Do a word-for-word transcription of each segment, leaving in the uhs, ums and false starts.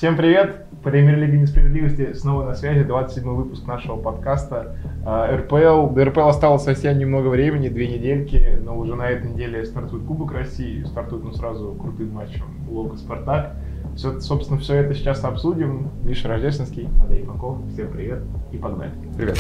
Всем привет! Премьер-лига несправедливости снова на связи, двадцать седьмой выпуск нашего подкаста. эр пэ эл. До эр пэ эл осталось совсем немного времени, две недельки, но уже на этой неделе стартует Кубок России, стартует ну, сразу крутым матчем Локо-Спартак. Все, собственно, все это сейчас обсудим. Миша Рождественский, Андрей Панков. Всем привет и погнали. Привет.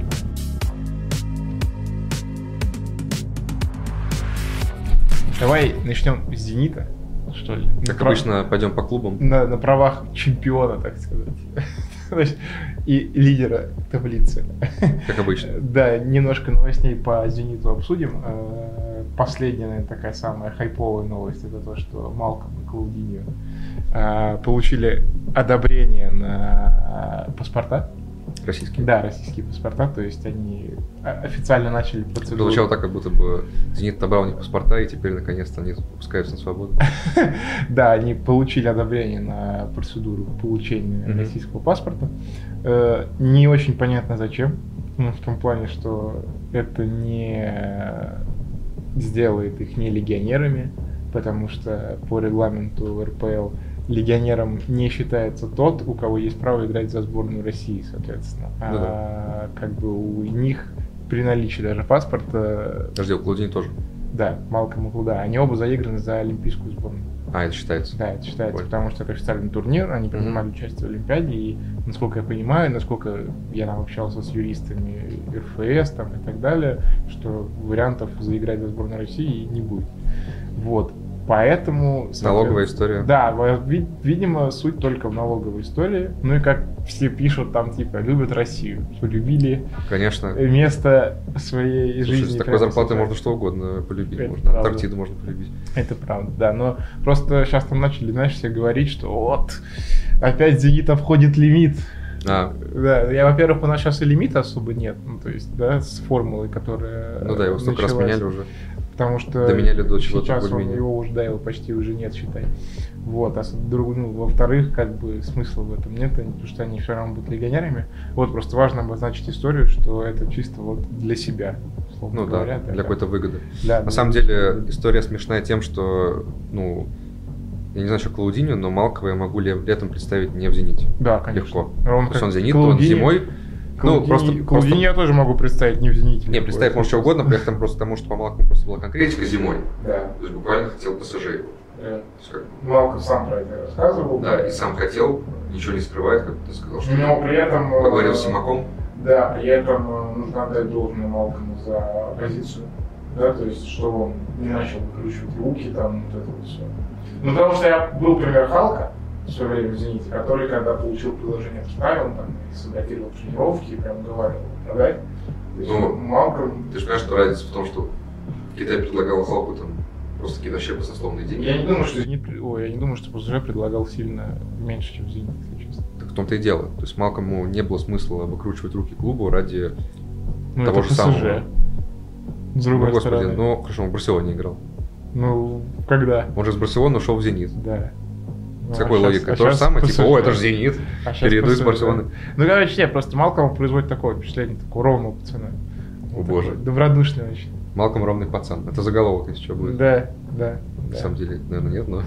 Давай начнем с «Зенита», что ли? Как на обычно, прав... пойдем по клубам. На, на правах чемпиона, так сказать. И лидера таблицы. Как обычно. Да, немножко новостей по «Зениту» обсудим. Последняя, наверное, такая самая хайповая новость — это то, что Малком и Клаудиньо получили одобрение на паспорта. Российские? Да, российские паспорта, то есть они официально начали процедуру. Звучало так, как будто бы «Зенит» отобрал у них паспорта, и теперь наконец-то они выпускаются на свободу. Да, они получили одобрение на процедуру получения Mm-hmm. российского паспорта. Не очень понятно зачем, ну, в том плане, что это не сделает их не легионерами, потому что по регламенту эр пэ эл легионером не считается тот, у кого есть право играть за сборную России, соответственно. Ну, а да. Как бы у них при наличии даже паспорта... Подожди, у Клаудиньо тоже? Да, Малком и Клуда. Они оба заиграны за олимпийскую сборную. А, это считается? Да, это считается, Ой. Потому что это официальный турнир, они принимали mm-hmm. участие в Олимпиаде, и, насколько я понимаю, насколько я там общался с юристами эр эф эс там, и так далее, что вариантов заиграть за сборную России не будет. Вот. Поэтому... Налоговая история. Да, видимо, суть только в налоговой истории. Ну и как все пишут, там типа любят Россию, полюбили. Конечно. Место своей Слушай, жизни. с такой зарплатой можно что угодно полюбить. Это можно правда. Антарктиду можно полюбить. Это правда, да. Но просто сейчас там начали, знаешь, все говорить, что вот, опять «Зенит» обходит лимит. А. Да, я, во-первых, у нас сейчас и лимита особо нет, ну, то есть, да, с формулой, которая Ну да, его столько началась. раз меняли уже. Потому что доменяли до чего-то сейчас он, более-менее. его уже, да, его почти уже нет, считай. Вот, а ну, во-вторых, как бы смысла в этом нет, потому что они все равно будут легионерами. Вот, просто важно обозначить историю, что это чисто вот для себя, условно ну говоря. да, для какой-то выгоды. Да, На самом деле, история смешная тем, что, ну, я не знаю, что Клаудиньо, но Малкова я могу летом представить не в «Зените». Да, конечно. Легко. Он То есть он «Зенит», Клаудиньо... он зимой. Клаудиньо, ну, просто, Клаудиньо просто... я тоже могу представить не в «Зените». Не, представить может что угодно, при этом просто потому, что по Малкому просто была конкретика зимой. Да. То есть буквально хотел ПСЖ. Да. Как... Малков сам про это рассказывал. Да, и сам хотел, ничего не скрывает, как ты сказал, что но при этом поговорил с Симаком. Да, при этом нужно отдать должное Малкому за позицию. Да, то есть, что он не начал выкручивать руки, там, вот это вот все. Ну, потому что я был пример Халка в свое время в «Зените», который, когда получил предложение в Китай, он там саботировал тренировки и прям говорил, продать. Ну, Малком... Ты же понимаешь, что разница в том, что Китай предлагал Халку там просто какие-то вообще баснословные деньги. Я не думаю, что «Зенит», ой, я не думаю, что ПСЖ предлагал сильно меньше, чем «Зенит», если честно. Так в том-то и дело. То есть Малкому не было смысла выкручивать руки клубу ради ну, того это же самого. С другой ну, господи, стороны. ну, хорошо, он в Барселоне играл. Ну, когда? Он же с Барселоны ушел в «Зенит». Да. С какой а логикой? Сейчас, То а же самое, типа, о, это же ПСЖ. «Зенит», а перейду из Барселоны. Ну, короче, нет, просто Малком производит такое впечатление, такого ровного пацана. О, вот боже. Такой, добродушный очень. Малком ровный пацан. Это заголовок, если что будет. Да, да. На да. самом деле, наверное, нет, но...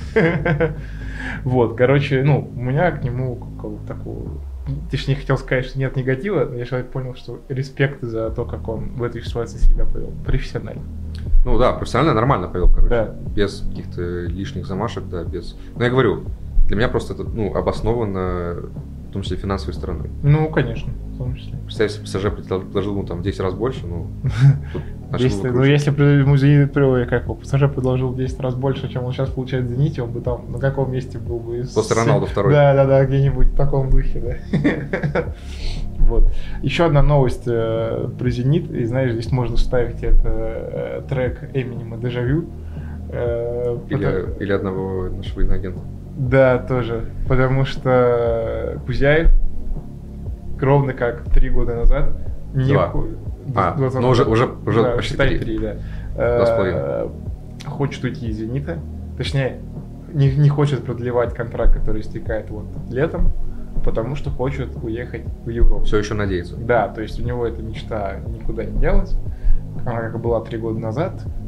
Вот, короче, ну, у меня к нему какого-то такого... Точнее, хотел сказать, что нет негатива, но я человек понял, что респект за то, как он в этой ситуации себя повел. Профессионально. Ну да, профессионально нормально повел, короче. Да. Без каких-то лишних замашек, да, без... Но я говорю, для меня просто это, ну, обосновано, в том числе, финансовой стороной. Ну, конечно, в том числе. Представь, если ПСЖ предложил ему там в десять раз больше, ну... десять, ну, если бы ему «Зенит», как его, ПСЖ предложил в десять раз больше, чем он сейчас получает в «Зените», он бы там на каком месте был бы? После Роналду второй. Да, да, да, где-нибудь в таком духе, да. Вот. Еще одна новость э, про «Зенит», и знаешь, здесь можно вставить это э, трек Эминема «Дежавю». Э, или, потому... или одного нашего иноагента. Да, тоже, потому что Кузяев ровно как три года назад не... Два. А, ну уже, уже, уже да, почти считай, три. три, да. Два с половиной. Хочет уйти из «Зенита», точнее, не, не хочет продлевать контракт, который истекает вот летом, потому что хочет уехать в Европу. Все еще надеется. Да, то есть у него эта мечта никуда не делась. Она как была три года назад,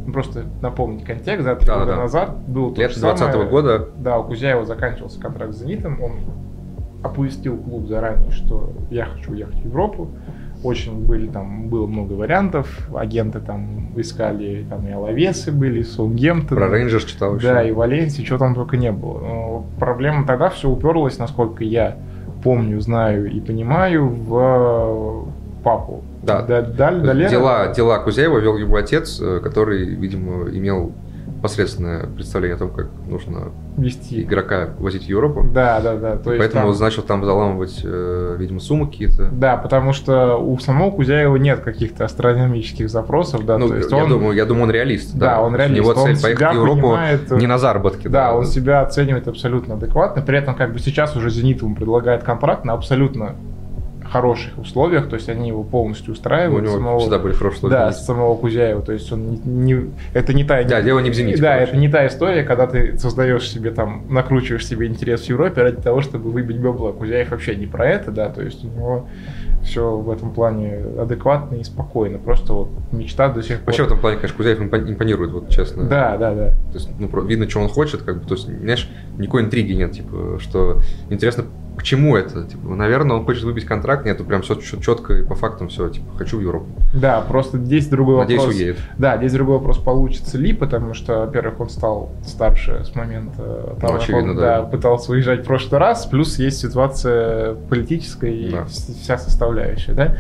просто напомнить контекст, да, три да, года да. назад было то Лето же самое. двадцатого года. Да, у Кузяева заканчивался контракт с «Зенитом», он оповестил клуб заранее, что я хочу уехать в Европу. Очень были там, было много вариантов, агенты там искали, там и Алавесы были, и Саутгемптон. Про Рейнджерс читал еще. Да, и Валенсия, чего там только не было. Но проблема тогда все уперлась, насколько я помню, знаю и понимаю, в папу. Да. Да, да, да, дела, дела Кузяева вел его отец, который, видимо, имел посредственное представление о том, как нужно вести игрока возить в Европу. Да, да, да. То есть поэтому там... начал там заламывать, э, видимо, суммы какие-то. Да, потому что у самого Кузяева нет каких-то астрономических запросов. Да, ну, то есть я, он... думаю, я думаю, он реалист. Да, да. он реалист. У него цель он поехать в Европу понимает... не на заработки. Да, да, он да. себя оценивает абсолютно адекватно. При этом как бы сейчас уже «Зенит» ему предлагает контракт на абсолютно хороших условиях, то есть они его полностью устраивают. У него самого, всегда были хорошие условия. Да, с самого Кузяева, то есть он не, не, это не та... Да, дело не в «Зените». Да, короче. это не та история, когда ты создаешь себе там, накручиваешь себе интерес в Европе ради того, чтобы выбить бабла. Кузяев вообще не про это, да, то есть у него все в этом плане адекватно и спокойно, просто вот мечта до сих пор. Вообще в этом плане, конечно, Кузяев импонирует, вот честно. Да, да, да. То есть, ну, видно, что он хочет, как бы, то есть, знаешь, никакой интриги нет, типа, что интересно, к чему это? Типа, наверное, он хочет выбить контракт, нет, прям все четко и по фактам все, типа, хочу в Европу. Да, просто здесь другой Надеюсь, вопрос. уедет. Да, здесь другой вопрос, получится ли, потому что, во-первых, он стал старше с момента того, ну, очевидно, он да. Да, пытался уезжать в прошлый раз, плюс есть ситуация политическая и да. вся составляющая, да.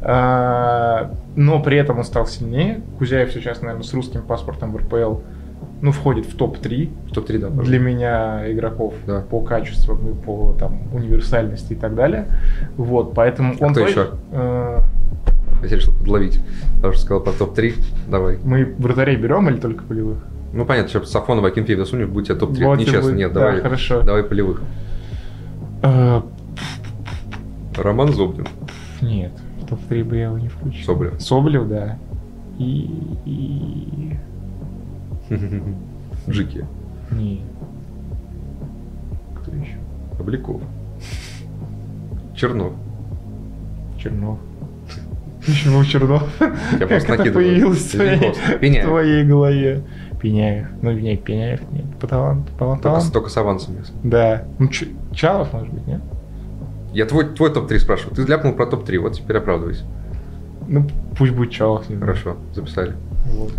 А, но при этом он стал сильнее. Кузяев сейчас, наверное, с русским паспортом в эр пэ эл ну, входит в топ три. В топ три, да. Пожалуйста. Для меня игроков да. по качеству и по там, универсальности и так далее. Вот, поэтому а он... кто той... еще? Э... Я решил подловить. Потому что сказал про топ три. Давай. Мы вратарей берем или только полевых? Ну, понятно, сейчас Сафонова, Акинфеев засунешь, будет у тебя топ три. Вот Нечестно, будет... нет, да, давай, хорошо. давай полевых. Э... Роман Зобнин. Нет, в топ три бы я его не включил. Соболев. Соболев, да. И... и... Джики. Не. Кто еще? Обликов. Чернов. Чернов. Почему Чернов? Я как это появилось в твоей, в твоей голове? Пеняев. Ну, нет, Пеняев нет. По таланту. По только, таланту. только с авансом. Да. Ну, Ч- Чалов, может быть, нет? Я твой, твой топ три спрашиваю. Ты ляпнул про топ три, вот теперь оправдывайся. Ну, пусть будет Чалов. Хорошо, записали. Вот.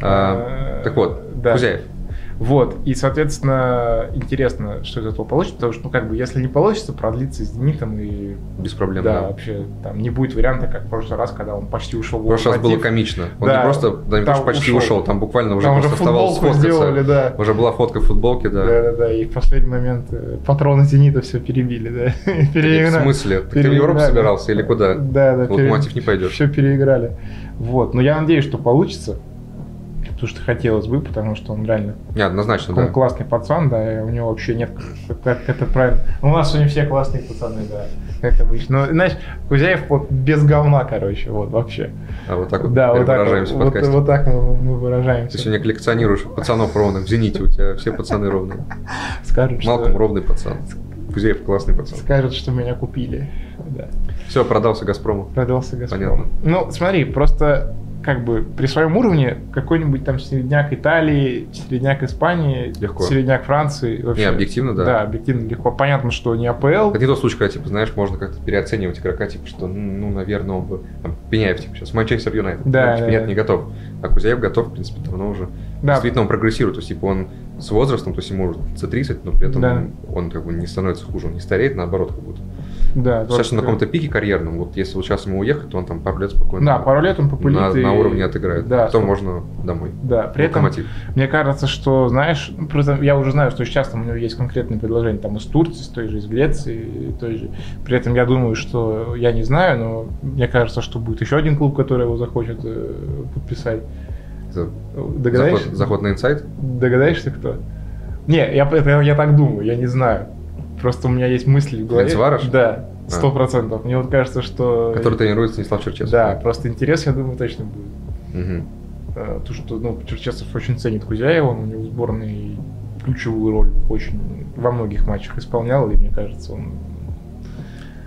А, так вот, да. Кузяев. Вот, и, соответственно, интересно, что из этого получится, потому что, ну, как бы, если не получится, продлится с «Зенитом» и... Без проблем, да. да. вообще, там не будет варианта, как в прошлый раз, когда он почти ушел в В прошлый раз было комично. Он да, не просто, да, не просто почти ушел. ушел, там буквально уже там просто уже оставалось сфоткаться. Сделали, да. Уже была фотка в футболке, да. Да-да-да, и в последний момент патроны «Зенита» все перебили, да. В смысле? Ты в Европу собирался или куда? Да, да. Локомотив не пойдешь. Все переиграли. Вот, но я надеюсь, что получится. Потому что хотелось бы, потому что он реально не, однозначно, он да. классный пацан, да, и у него вообще нет, как это правильно. У нас сегодня все классные пацаны, да, как обычно. Но, знаешь, Кузяев вот без говна, короче, вот вообще. А вот так вот да, вот так выражаемся вот, в подкасте. Вот, вот так мы, мы выражаемся. Ты сегодня коллекционируешь пацанов ровных в «Зените», у тебя все пацаны ровные. Скажут, Малком что... ровный пацан. Кузяев классный пацан. Скажут, что меня купили. Да. Все, продался «Газпрому». Продался «Газпрому». Понятно. Ну, смотри, просто как бы при своем уровне какой-нибудь там середняк Италии, середняк Испании, легко. Середняк Франции. Вообще, не, объективно, да. Да, объективно легко. Понятно, что не а пэ эл. Это не тот случай, когда, типа, знаешь, можно как-то переоценивать игрока, типа, что, ну, наверное, он бы... Там, Пеняев, типа, сейчас Манчестер Юнайтед. Да, ну, типа, да, нет, да. не готов. А Кузяев готов, в принципе, давно уже. Да. Действительно, он прогрессирует. То есть, типа, он с возрастом, то есть, ему уже за тридцать, но при этом да. он, он как бы не становится хуже, он не стареет, наоборот, как будто. Да, сейчас он на каком-то пике карьерном. Вот если вот сейчас ему уехать, то он там пару лет спокойно. Да, пару лет он популит. На, и... на уровне отыграет. Да, потом что... можно домой. Да, при Локомотив. этом мне кажется, что, знаешь, просто я уже знаю, что сейчас там у него есть конкретные предложения там из Турции, с той же, из Греции, той же. При этом я думаю, что я не знаю, но мне кажется, что будет еще один клуб, который его захочет э, подписать. Это Догадаешься? Заход, заход на инсайт? Догадаешься, кто? Не, я, это, я так думаю, я не знаю. Просто у меня есть мысли в голове. Фенцвараш? Да, сто процентов. Мне вот кажется, что... Который тренирует Станислав Черчесов. Да, да, просто интерес, я думаю, точно будет. Угу. То, что ну, Черчесов очень ценит Кузяева, он у него в сборной ключевую роль очень во многих матчах исполнял, и мне кажется, он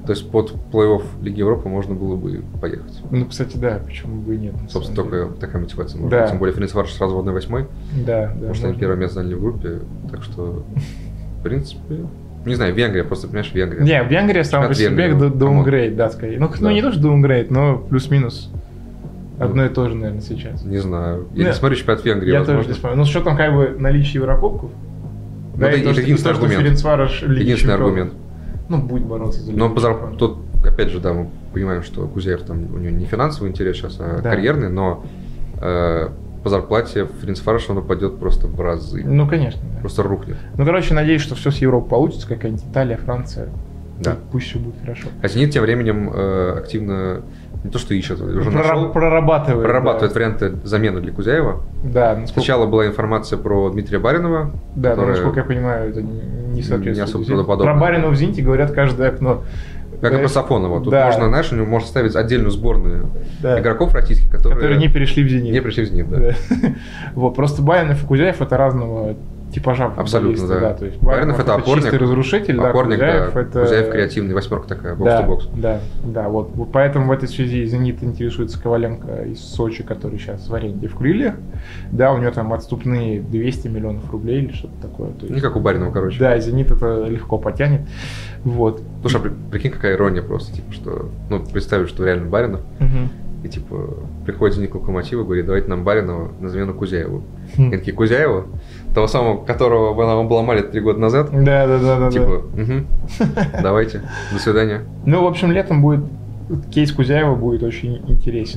То есть под плей-офф Лиги Европы можно было бы поехать. Ну, кстати, да, почему бы и нет. Собственно, только такая мотивация может да. быть. Тем более Ференцварош сразу в одной восьмой. Да, да. Потому что они первое место заняли в группе. Так что, в принципе... Не знаю, Венгрия, просто, понимаешь, Венгрия. Не, Венгрия сам по себе даунгрейд, да, скорее. Ну, да. ну, не то, что даунгрейд, но плюс-минус. Одно и то же, наверное, сейчас. Не знаю. Я Нет. не смотрю чемпионат Венгрии, Я возможно. тоже не смотрю. Ну, с учетом как бы наличия Еврокубков. Ну, да, это, это единственный аргумент. Единственный аргумент. Ну, будет бороться за Но позар... тут, опять же, да, мы понимаем, что Гузеев там, у него не финансовый интерес сейчас, а да. карьерный, но э, по зарплате Ференцварош он упадет просто в разы. Ну, конечно. Да. Просто рухнет. Ну, короче, надеюсь, что все с Европой получится, какая-нибудь Италия, Франция. Да. Пусть все будет хорошо. А Зенит тем временем э, активно, не то что ищет, уже Прораб- нашел, прорабатывает. Прорабатывает да. варианты замены для Кузяева. Да. Насколько... Сначала была информация про Дмитрия Баринова. Да, которая... но, насколько я понимаю, это не соответствует. Не особо правдоподобно. Про Баринова в Зените говорят каждое окно. Как и про Сафонова. Тут да. можно, знаешь, у него можно ставить отдельную сборную да. игроков российских, которые... которые не перешли в «Зенит». Не пришли в «Зенит», да. да. Вот, просто Баринов и Кузяев — это разного типажа. Абсолютно, да. да. То есть Баринов — это опорник. Чистый разрушитель, опорник, да, Кузяев, да. это... Кузяев креативный, восьмерка такая, да, бокс-то-бокс. Да, да, вот. Поэтому в этой связи «Зенит» интересуется Коваленко из Сочи, который сейчас в аренде в Крыльях. Да, у него там отступные двести миллионов рублей или что-то такое. То есть... Не как у Баринова, короче. Да, «Зенит» это легко потянет. Вот. Слушай, а прикинь, какая ирония просто, типа, что, ну, представь, что реально Баринов, угу. и, типа, приходит Зенит к Локомотиву и говорит, давайте нам Баринова на замену Кузяеву. Хм. И такие, Кузяева, того самого, которого вы нам обломали три года назад. Да, да, да, да. Типа, угу, давайте, до свидания. Ну, в общем, летом будет, кейс Кузяева будет очень интересен.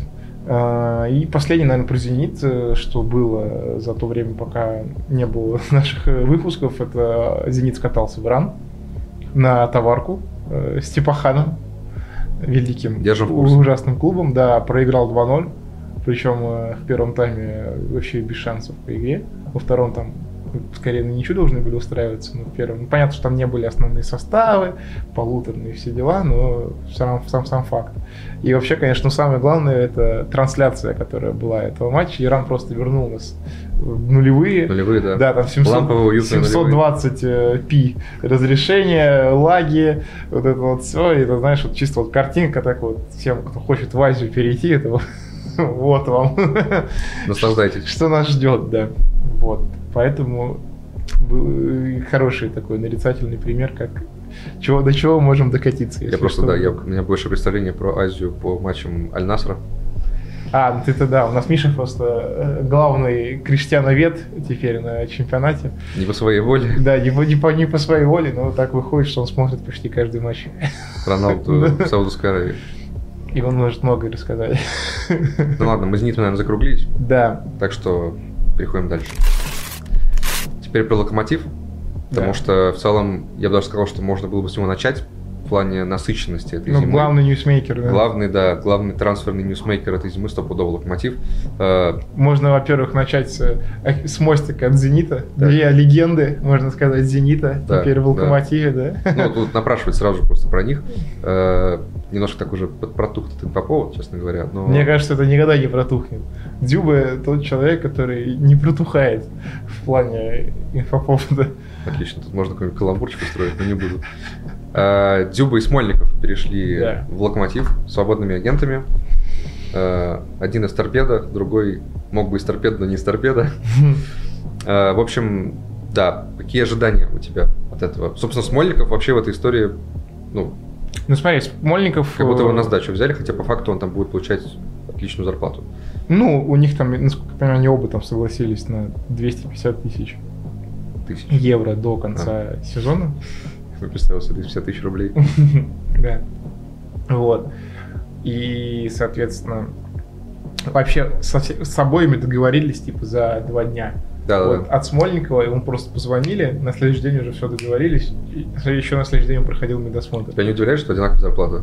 И последний, наверное, про «Зенит», что было за то время, пока не было наших выпусков, это «Зенит» скатался в РАН на товарку э, с Типаханом, великим ужасным клубом, да, проиграл два ноль, причем э, в первом тайме вообще без шансов по игре, во втором там скорее на ничью должны были устраиваться, но в первом, ну, понятно, что там не были основные составы, полуторные все дела, но сам, сам, сам факт. И вообще, конечно, самое главное, это трансляция, которая была этого матча. Иран просто вернул нас в нулевые. Нулевые, да. Да, там семьсот двадцать пи разрешение, лаги, вот это вот все. И это, знаешь, вот чисто вот картинка так вот всем, кто хочет в Азию перейти, это вот, вот вам. Наслаждайтесь. Что нас ждет, да. Вот. Поэтому был хороший такой нарицательный пример, как чего, до чего можем докатиться. Я просто, что. да, я, у меня больше представления про Азию по матчам Аль-Насра. А, ну ты-то да, у нас Миша просто главный криштиановед теперь на чемпионате. Не по своей воле. Да, не по, не по, не по своей воле, но так выходит, что он смотрит почти каждый матч. Роналду в Саудовской Аравии. И он может многое рассказать. Ну ладно, мы с Зенитом, наверное, закруглились. Да. Так что переходим дальше. Теперь про Локомотив, потому да. что в целом я бы даже сказал, что можно было бы с него начать в плане насыщенности этой ну, зимы. Главный ньюсмейкер, да. Главный, да, главный трансферный ньюсмейкер этой зимы стопудово Локомотив. Можно, во-первых, начать с, с мостика от «Зенита». Да. Две легенды, можно сказать, «Зенита», да, теперь в Локомотиве, да. да. Ну, тут напрашивать сразу же просто про них. Немножко так уже протухнет инфоповод, честно говоря. Но... Мне кажется, это никогда не протухнет. Дзюба тот человек, который не протухает в плане инфоповода. Отлично, тут можно какой-нибудь каламбурчик устроить, но не буду. Дзюба и Смольников перешли да. в Локомотив свободными агентами. Один из торпеда, другой мог бы из торпеда, но не из торпеда. В общем, да, какие ожидания у тебя от этого? Собственно, Смольников вообще в этой истории, ну... Ну смотри, Смольников... Как будто его на сдачу взяли, хотя по факту он там будет получать отличную зарплату. Ну, у них там, насколько я понимаю, они оба там согласились на двести пятьдесят тысяч евро до конца а. сезона. Я представил себе двести пятьдесят тысяч рублей. Да. Вот. И, соответственно, вообще с обоими договорились типа за два дня. Да, вот, да. От Смольникова ему просто позвонили, на следующий день уже все договорились, и еще на следующий день он проходил медосмотр. Тебя не удивляет, что одинаковая зарплата?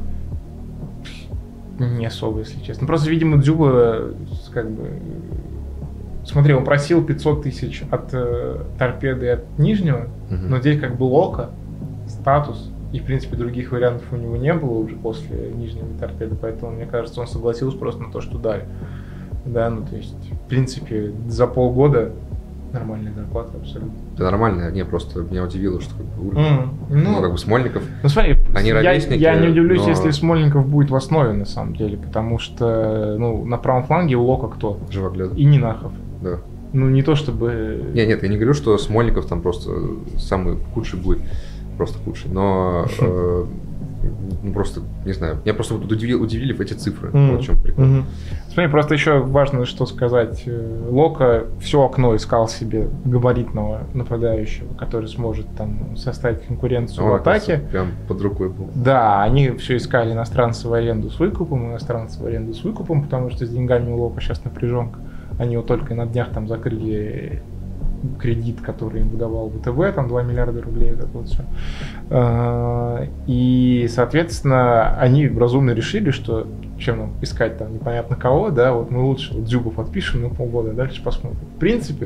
Не особо, если честно. Просто, видимо, Дзюба, как бы, смотри, он просил пятьсот тысяч от э, торпеды и от Нижнего, угу. но здесь как бы Лока, статус, и, в принципе, других вариантов у него не было уже после Нижнего торпеды, поэтому, мне кажется, он согласился просто на то, что дали. Да, ну, то есть, в принципе, за полгода Нормальные зарплаты, абсолютно. Да нормально, не, просто меня удивило, что как бы уровень. Mm, ну, ну, как бы Смольников. Ну, смотри, они я, ровесники, я не удивлюсь, но... если Смольников будет в основе, на самом деле, потому что, ну, на правом фланге у Лока кто? Живоглядов. И Нинахов. Да. Ну, не то чтобы... Нет, нет, я не говорю, что Смольников там просто самый худший будет. Просто худший. Но э, ну, просто, не знаю, меня просто вот удивили, удивили эти цифры. Mm. Вот в чем прикол. Mm-hmm. Смотри, просто еще важно, что сказать. Лока все окно искал себе габаритного нападающего, который сможет там составить конкуренцию О, в атаке. Прям под рукой был. Да, они все искали иностранца в аренду с выкупом, иностранца в аренду с выкупом, потому что с деньгами у Лока сейчас напряженка. Они вот только на днях там закрыли кредит, который им выдавал ВТБ, там два миллиарда рублей, вот это вот все. И, соответственно, они разумно решили, что чем нам искать там непонятно кого, да, вот мы лучше вот Дзюбу подпишем на полгода, а дальше посмотрим. В принципе,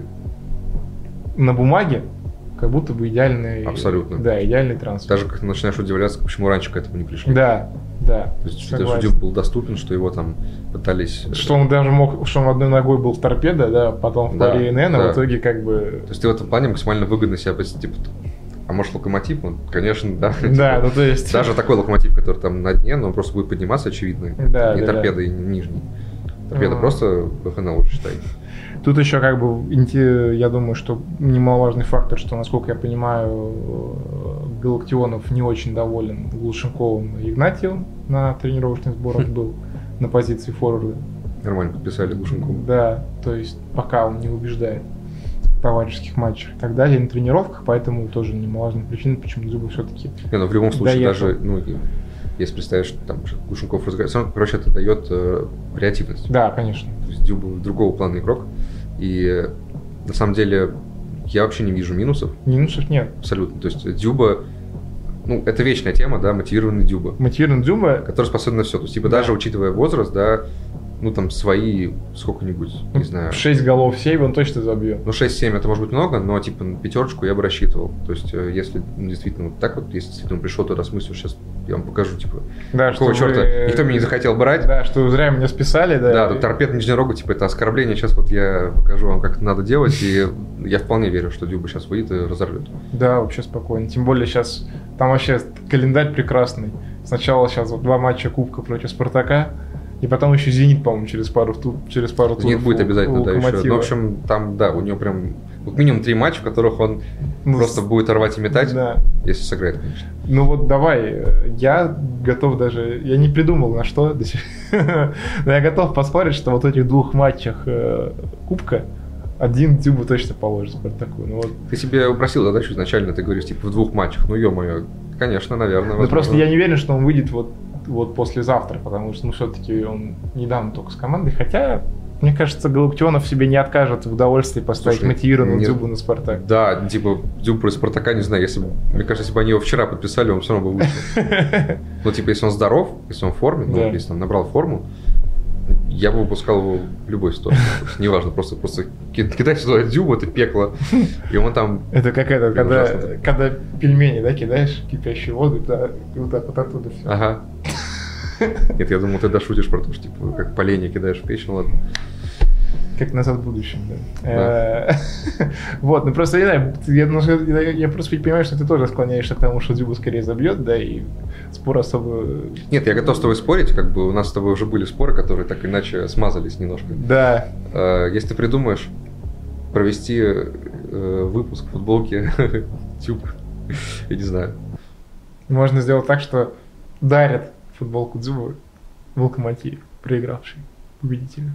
на бумаге как будто бы идеальный... Абсолютно. Да, идеальный трансфер. Даже как ты начинаешь удивляться, почему раньше к этому не пришли. Да, да. То есть даже Дзюба был доступен, что его там пытались... Что он даже мог, что он одной ногой был в торпедо, да, потом в паре эн эн, а в итоге как бы... То есть ты в этом плане максимально выгодно себя, типа, а может локомотив? Ну, конечно, да. Да, типа, ну то есть... Даже такой локомотив, который там на дне, но он просто будет подниматься, очевидно. Да, не да, торпеда да. и не нижний. Торпеда а-а-а. Просто ПФН лучше считай. Тут еще как бы, я думаю, что немаловажный фактор, что, насколько я понимаю, Галактионов не очень доволен Глушенковым и Игнатьевым на тренировочных сборах был на позиции форварда. Нормально подписали Глушенкова. Да, то есть пока он не убеждает в товарищеских матчах и так далее, на тренировках, поэтому тоже немаловажная причина, почему Дзюба все-таки Не, ну в любом случае доехал. даже, ну, если представишь, что там Глушенков разговаривает, короче, это дает э, креативность. Да, конечно. То есть Дзюба другого плана игрок. И на самом деле я вообще не вижу минусов. Минусов нет. Абсолютно. То есть Дзюба, ну, это вечная тема, да, мотивированный Дзюба. Мотивированный Дзюба. Который способен на все. То есть, типа, да. даже учитывая возраст, да, ну, там, свои сколько-нибудь, не знаю. шесть голов, семь он точно забьет. Ну, шесть-семь это может быть много, но, типа, на пятерочку я бы рассчитывал. То есть, если ну, действительно вот так вот, если действительно пришел туда с мыслью, сейчас я вам покажу, типа, да, какого черта, вы... никто меня не захотел брать. Да, что вы зря меня списали, да. Да, тут торпеда Нижнего Рога, типа, это оскорбление. Сейчас вот я покажу вам, как это надо делать, и я вполне верю, что Дзюба сейчас выйдет и разорвет. Да, вообще спокойно. Тем более сейчас, там вообще календарь прекрасный. Сначала сейчас вот два матча Кубка против Спартака, и потом еще «Зенит», по-моему, через пару, через пару туров. «Зенит» будет обязательно, да, еще. Ну, в общем, там, да, у него прям вот минимум три матча, в которых он ну, просто будет рвать и метать, да. Если сыграет, конечно. Ну вот давай, я готов даже, я не придумал на что, но я готов поспорить, что вот в этих двух матчах Кубка один Дзюба точно положит Спартаку. Ну, вот. Ты себе упросил задачу изначально, ты говоришь, типа, в двух матчах, ну ё-моё, конечно, наверное. Да просто я не верю, что он выйдет вот вот послезавтра, потому что, ну, все-таки он недавно только с командой, хотя, мне кажется, Галактионов себе не откажет в удовольствии поставить Слушай, мотивированную не... Дзюбу на Спартак. Да, типа, Дзюбу про Спартака, не знаю, если, мне кажется, если бы они его вчера подписали, он все равно бы вышел. Ну, типа, если он здоров, если он в форме, ну, если он набрал форму, я бы выпускал его в любой стороне. Неважно, просто, просто кидай сюда Дзюбу, это пекло, и он там... Это как это, когда, когда пельмени, да, кидаешь в кипящую воду, да, и вот так вот оттуда все. Ага. Нет, я думал, ты дошутишь про то, что типа как поленья кидаешь в печь, ну ладно. Как «Назад в будущем», да. Вот, ну просто, я просто понимаю, что ты тоже склоняешься к тому, что Дзюба скорее забьет, да, и спор особо... Нет, я готов с тобой спорить, как бы у нас с тобой уже были споры, которые так или иначе смазались немножко. Да. Если ты придумаешь провести выпуск футболки Дзюба, я не знаю. Можно сделать так, что дарят футболку Дзюбы в Локомотиве, проигравший победителю.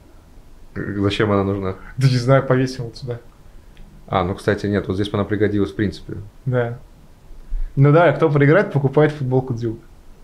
Зачем она нужна? Да не знаю, повесим вот сюда. А, ну, кстати, нет, вот здесь бы она пригодилась в принципе. Да. Ну да, кто проиграет, покупает футболку Дзюбы.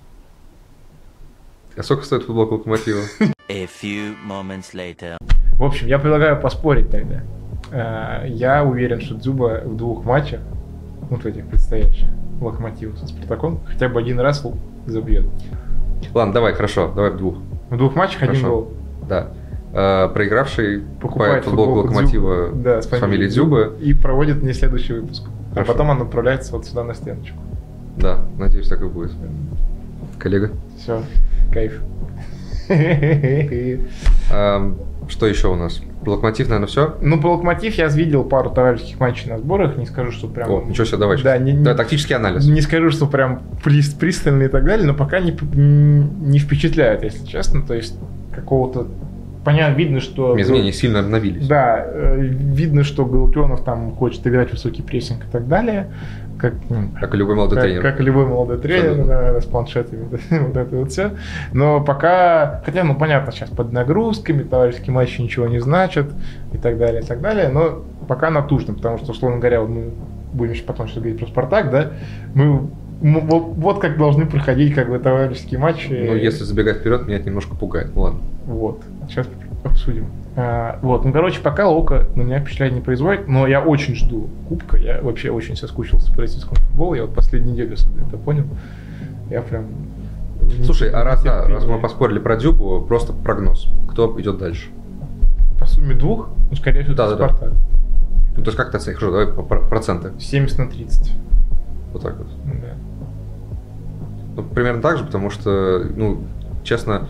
А сколько стоит футболка Локомотива? A few moments later. В общем, я предлагаю поспорить тогда. Я уверен, что Дзюба в двух матчах, вот в этих предстоящих, Локомотива со Спартаком, хотя бы один раз забьет. Ладно, давай, хорошо, давай в двух. В двух матчах хорошо. Один гол. Да. А, проигравший покупает футболку Локомотива Дзюба, да, с фамилией Дзюба и проводит мне следующий выпуск. Хорошо. А потом он отправляется вот сюда на стеночку. Да, надеюсь, так и будет. Коллега. Все, кайф. А, что еще у нас? Про Локомотив, наверное, все? Ну, по Локомотив я видел пару товарищеских матчей на сборах, не скажу, что прям... О, ничего себе, давай сейчас. Да, не, не, да, тактический анализ. Не скажу, что прям пристальный и так далее, но пока не, не впечатляет, если честно. То есть какого-то... Понятно, видно, что... Изменения сильно обновились. Да, видно, что Галактионов там хочет играть в высокий прессинг и так далее. Как, как и любой молодой как, тренер. Как и любой молодой тренер, да, с планшетами, вот это вот все. Но пока, хотя, ну, понятно, сейчас под нагрузками, товарищеские матчи ничего не значат и так далее, и так далее, но пока натужно, потому что, условно говоря, вот мы будем еще потом что говорить про «Спартак», да, мы вот, вот как должны проходить как бы товарищеские матчи. Ну, если забегать вперед, меня это немножко пугает, ну ладно. Вот, сейчас обсудим. А, вот, ну, короче, пока Лока на меня впечатление не производит, но я очень жду Кубка, я вообще очень соскучился по российскому футболу, я вот последнюю неделю особенно это понял, я прям... Слушай, а раз, да, раз мы поспорили про Дюбу, просто прогноз, кто идет дальше? По сумме двух, ну, скорее всего, да, это да, Спартак. Да. Ну, то есть как ты оценишь, давай по процентам. семьдесят на тридцать. Вот так вот. Да. Ну, примерно так же, потому что, ну, честно,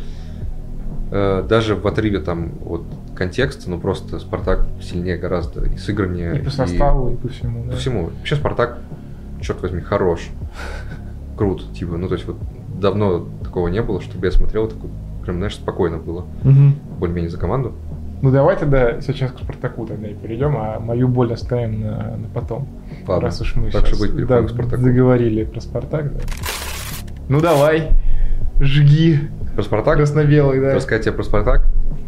э, даже в отрыве там от контекста, ну, просто Спартак сильнее гораздо и сыграннее. И по составу, и, и по всему, да. По всему. Вообще Спартак, черт возьми, хорош. Крут, типа, ну, то есть вот давно такого не было, чтобы я смотрел, такой, прям, знаешь, спокойно было. Угу. Более-менее за команду. Ну, давай тогда сейчас к Спартаку тогда и перейдем, а мою боль оставим на, на потом. Ладно. Раз уж мы так сейчас что да, к Спартаку. заговорили про Спартак, да. Ну, давай, жги. Про Спартак? Красно-белый, да. Рассказать тебе про Спартак.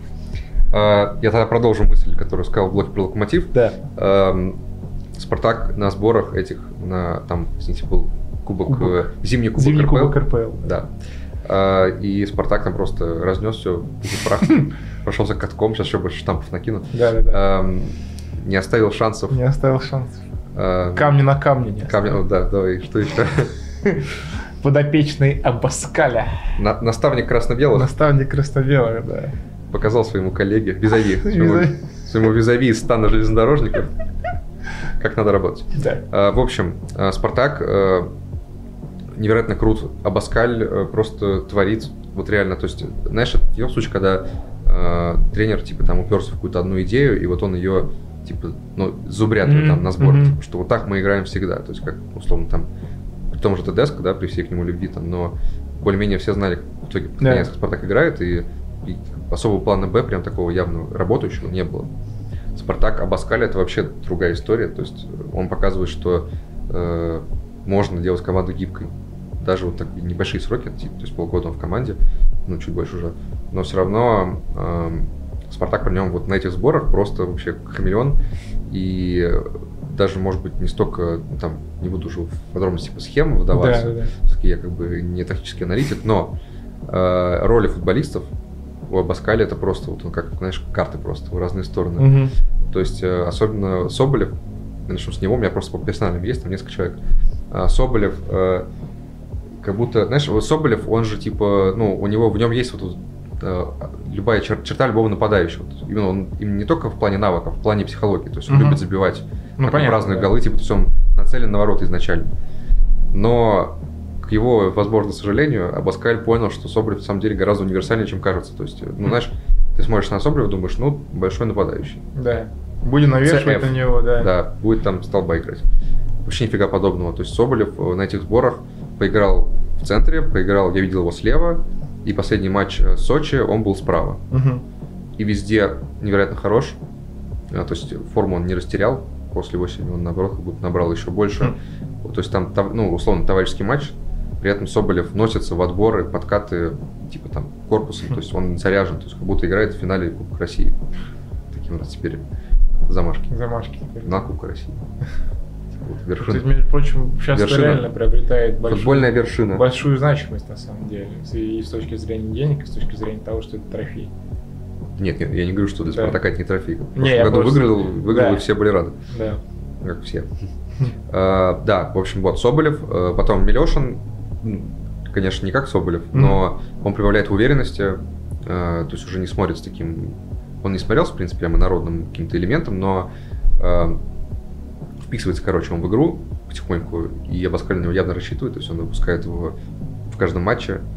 Я тогда продолжу мысль, которую сказал в блоке про Локомотив. Да. Спартак на сборах этих, на, там, извините, был кубок, кубок. зимний кубок Зимний эр пэ эл. Кубок эр пэ эл. Да. И Спартак там просто разнес все в прах, прошелся катком, сейчас еще больше штампов накинут. Да, да, да. Не оставил шансов. Не оставил шансов. Камни на камне не Камни, оставил. да, давай, что еще? Подопечный Абаскаля. На, наставник красно-белых. Наставник красно-белых, да. Показал своему коллеге, визави, своему, своему визави из стана железнодорожников, как надо работать. Да. А, в общем, Спартак а, невероятно крут. Абаскаль а, просто творит, вот реально, то есть, знаешь, это не тот случай, когда а, тренер, типа, там уперся в какую-то одну идею, и вот он ее, типа, ну, зубрят mm-hmm. там на сборе, mm-hmm. типа, что вот так мы играем всегда, то есть, как, условно, там, при том же ТДСК, да, при всей к нему любви, там, но более-менее все знали, в итоге, под конец, как Спартак играет, и, и особого плана Б, прям такого явно работающего, не было. Спартак Абаскаль — это вообще другая история, то есть он показывает, что э, можно делать команду гибкой, даже вот так небольшие сроки, типа, то есть полгода он в команде, ну, чуть больше уже, но все равно э, Спартак при нем вот на этих сборах просто вообще хамелеон, и даже, может быть, не столько, там, не буду уже в подробности по схемам выдаваться, да, да. все-таки я как бы не тактический аналитик, но э, роли футболистов у Абаскаля это просто, вот он как, знаешь, карты просто в разные стороны. Угу. То есть, э, особенно Соболев, начну с него, у меня просто по персональным есть, там несколько человек. А Соболев, э, как будто, знаешь, вот Соболев, он же типа, ну, у него, в нем есть вот э, любая чер- черта любого нападающего. Именно он именно не только в плане навыков, в плане психологии. То есть он угу. любит забивать ну, понятно, разные да. голы, типа, то есть он нацелен на ворота изначально. Но к его, возможно, сожалению, Абаскаль понял, что Соболев на самом деле гораздо универсальнее, чем кажется. То есть, ну, знаешь, ты смотришь на Соболева, думаешь, ну, большой нападающий. Да. Будем навешивать на него, да. Да, будет там столба играть. Вообще нифига подобного. То есть Соболев на этих сборах поиграл в центре, поиграл, я видел его слева, и последний матч Сочи, он был справа. Угу. И везде невероятно хорош. То есть форму он не растерял. После осени он, наоборот, как будто набрал еще больше. Mm. То есть там, ну, условно, товарищеский матч. При этом Соболев носится в отборы, подкаты, типа там, корпусом. Mm. То есть он заряжен, то есть как будто играет в финале Кубка России. Такие у нас теперь замашки. Замашки. На Кубка России. Вот, вершина. То есть, между прочим, сейчас это реально приобретает большую, футбольная вершина. большую значимость, на самом деле. И с точки зрения денег, и с точки зрения того, что это трофей. Нет, нет, я не говорю, что для да. Спартака это не трофей. В прошлом году просто... выиграл, выиграл да. и все были рады. Да. Как все. а, да, в общем, вот Соболев, потом Милешин, конечно, не как Соболев, mm-hmm. но он прибавляет уверенности, а, то есть уже не смотрится таким... Он не смотрелся, в принципе, прямо народным каким-то элементом, но а, вписывается, короче, он в игру потихоньку, и Абаскаль на него явно рассчитывает, то есть он выпускает его в каждом матче.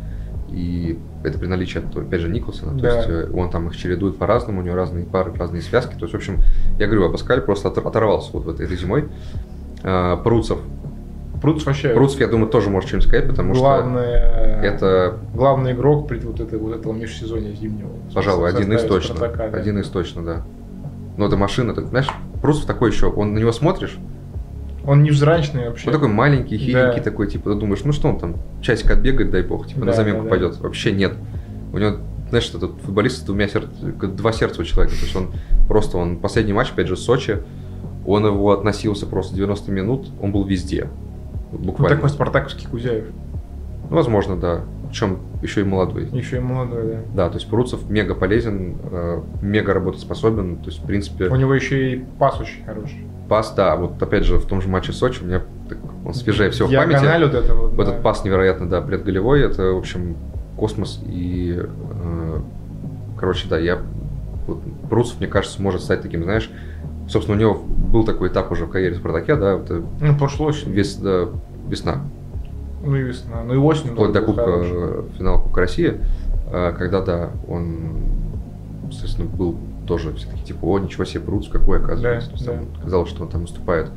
И это при наличии, опять же, Николсона. Да. То есть он там их чередует по-разному, у него разные пары, разные связки. То есть, в общем, я говорю, Абаскаль просто оторвался вот в этой, этой зимой. Пруцев. Пруцев вообще... Пруцев, я думаю, тоже может что-нибудь сказать, потому главное, что это... Главный игрок при вот, этой, вот этого межсезонья зимнего. Пожалуй, один из точно. Спартака, да. Один из точно, да. Но это машина, ты знаешь, Пруцев такой еще, он на него смотришь. Он невзрачный вообще. Он такой маленький, хиленький, да. такой, типа, ты думаешь, ну что он там, часик отбегает, дай бог, типа, да, на заменку да, пойдет. Да. Вообще нет. У него, знаешь, этот футболист с двумя сердца, два сердца у человека. То есть он просто, он последний матч, опять же, в Сочи, он его относился просто девяносто минут, он был везде. Буквально. Ну, такой спартаковский Кузяев. Ну, возможно, да. Причем еще и молодой. Еще и молодой, да. Да, то есть Пруцев мега полезен, э, мега работоспособен. То есть, в принципе... У него еще и пас очень хороший. Пас, да. Вот опять же, в том же матче Сочи у меня так, он свежее всего в памяти. Вот это вот, вот да. Этот пас невероятно, да, предголевой. Это, в общем, космос. И, э, короче, да, я... Вот, Пруцев, мне кажется, может стать таким, знаешь... Собственно, у него был такой этап уже в карьере в «Спартаке», да. Это ну, прошло осень. Вес, да, весна. Ну и весна, ну и осень. Вплоть до Кубка, финала Кубка России, когда, да, он, естественно, был тоже все-таки типа, о, ничего себе, Пруцев какой, оказывается. Да, да. Казалось, что он там выступает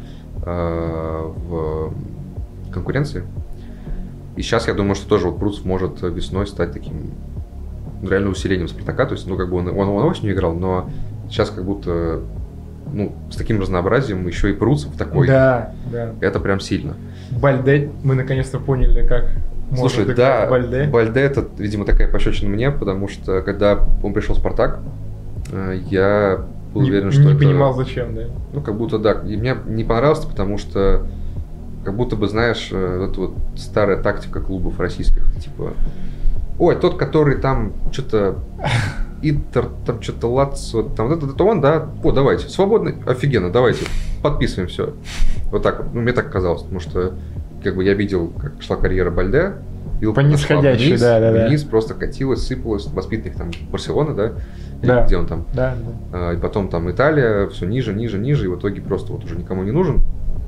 в конкуренции. И сейчас я думаю, что тоже вот Пруцев может весной стать таким реально усилением «Спартака». То есть, ну, как бы он, он, он осенью играл, но сейчас как будто... Ну, с таким разнообразием еще и Пруцев такой. Да, да. Это прям сильно. Бальде, мы наконец-то поняли, как Слушай, может да, Бальде. Бальде это, видимо, такая пощечина мне, потому что когда он пришел в «Спартак», я был не, уверен, что не это... понимал, зачем, да? Ну, как будто, да. И мне не понравилось, потому что как будто бы, знаешь, вот эта вот старая тактика клубов российских, типа, ой, тот, который там что-то... Интер, там что-то Лацо, там вот это, это он, да? О, давайте, свободный, офигенно, давайте, подписываем все. Вот так вот, ну, мне так казалось, потому что, как бы, я видел, как шла карьера Бальде. По нисходящей, вниз, да, да, вниз да. просто катилась, сыпалась, воспитанник там Барселоны, да? Да. Где он там? Да, да. А, и потом там Италия, все ниже, ниже, ниже, и в итоге просто вот уже никому не нужен.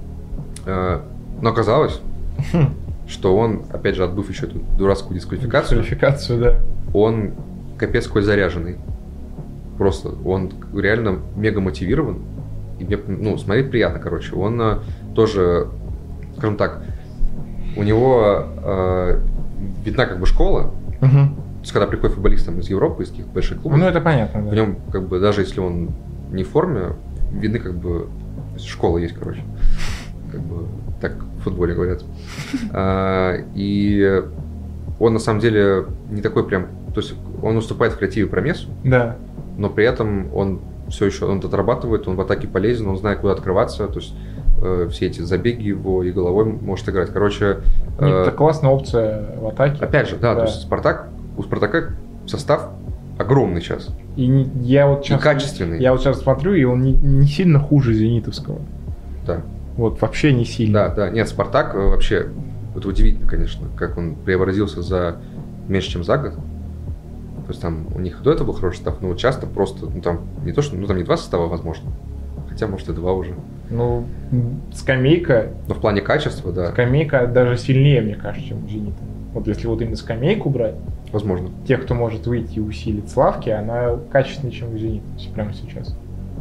А, но оказалось, хм. что он, опять же, отбыв еще эту дурацкую дисквалификацию, дисквалификацию, да. он капец какой заряженный. Просто он реально мега мотивирован. И мне, ну, смотреть приятно, короче. Он а, тоже, скажем так, у него а, видна как бы школа. Угу. То есть, когда приходит футболист там, из Европы, из каких-то больших клубов. Ну, это понятно, да. В нем, как бы, даже если он не в форме, видны как бы... Школа есть, короче. Как бы так в футболе говорят. а, и он, на самом деле, не такой прям... То есть он уступает в креативе Промесу, да. но при этом он все еще он отрабатывает, он в атаке полезен, он знает, куда открываться, то есть э, все эти забеги его и головой может играть. Короче... Э, это классная опция в атаке. Опять же, да, да. То есть Спартак, у Спартака состав огромный сейчас. И не, я вот сейчас, и качественный. Я вот сейчас смотрю, и он не, не сильно хуже Зенитовского. Да. Вот вообще не сильно. Да, да. Нет, Спартак вообще, это удивительно, конечно, как он преобразился за меньше, чем за год. То есть там у них до этого был хороший состав, но вот часто просто, ну там не то, что, ну там не два состава, возможно, хотя может и два уже. Ну, скамейка. Но в плане качества, да. Скамейка даже сильнее, мне кажется, чем у Зенита. Вот если вот именно скамейку брать. Возможно. Тех, кто может выйти и усилить Славки, она качественнее, чем у Зенита прямо сейчас.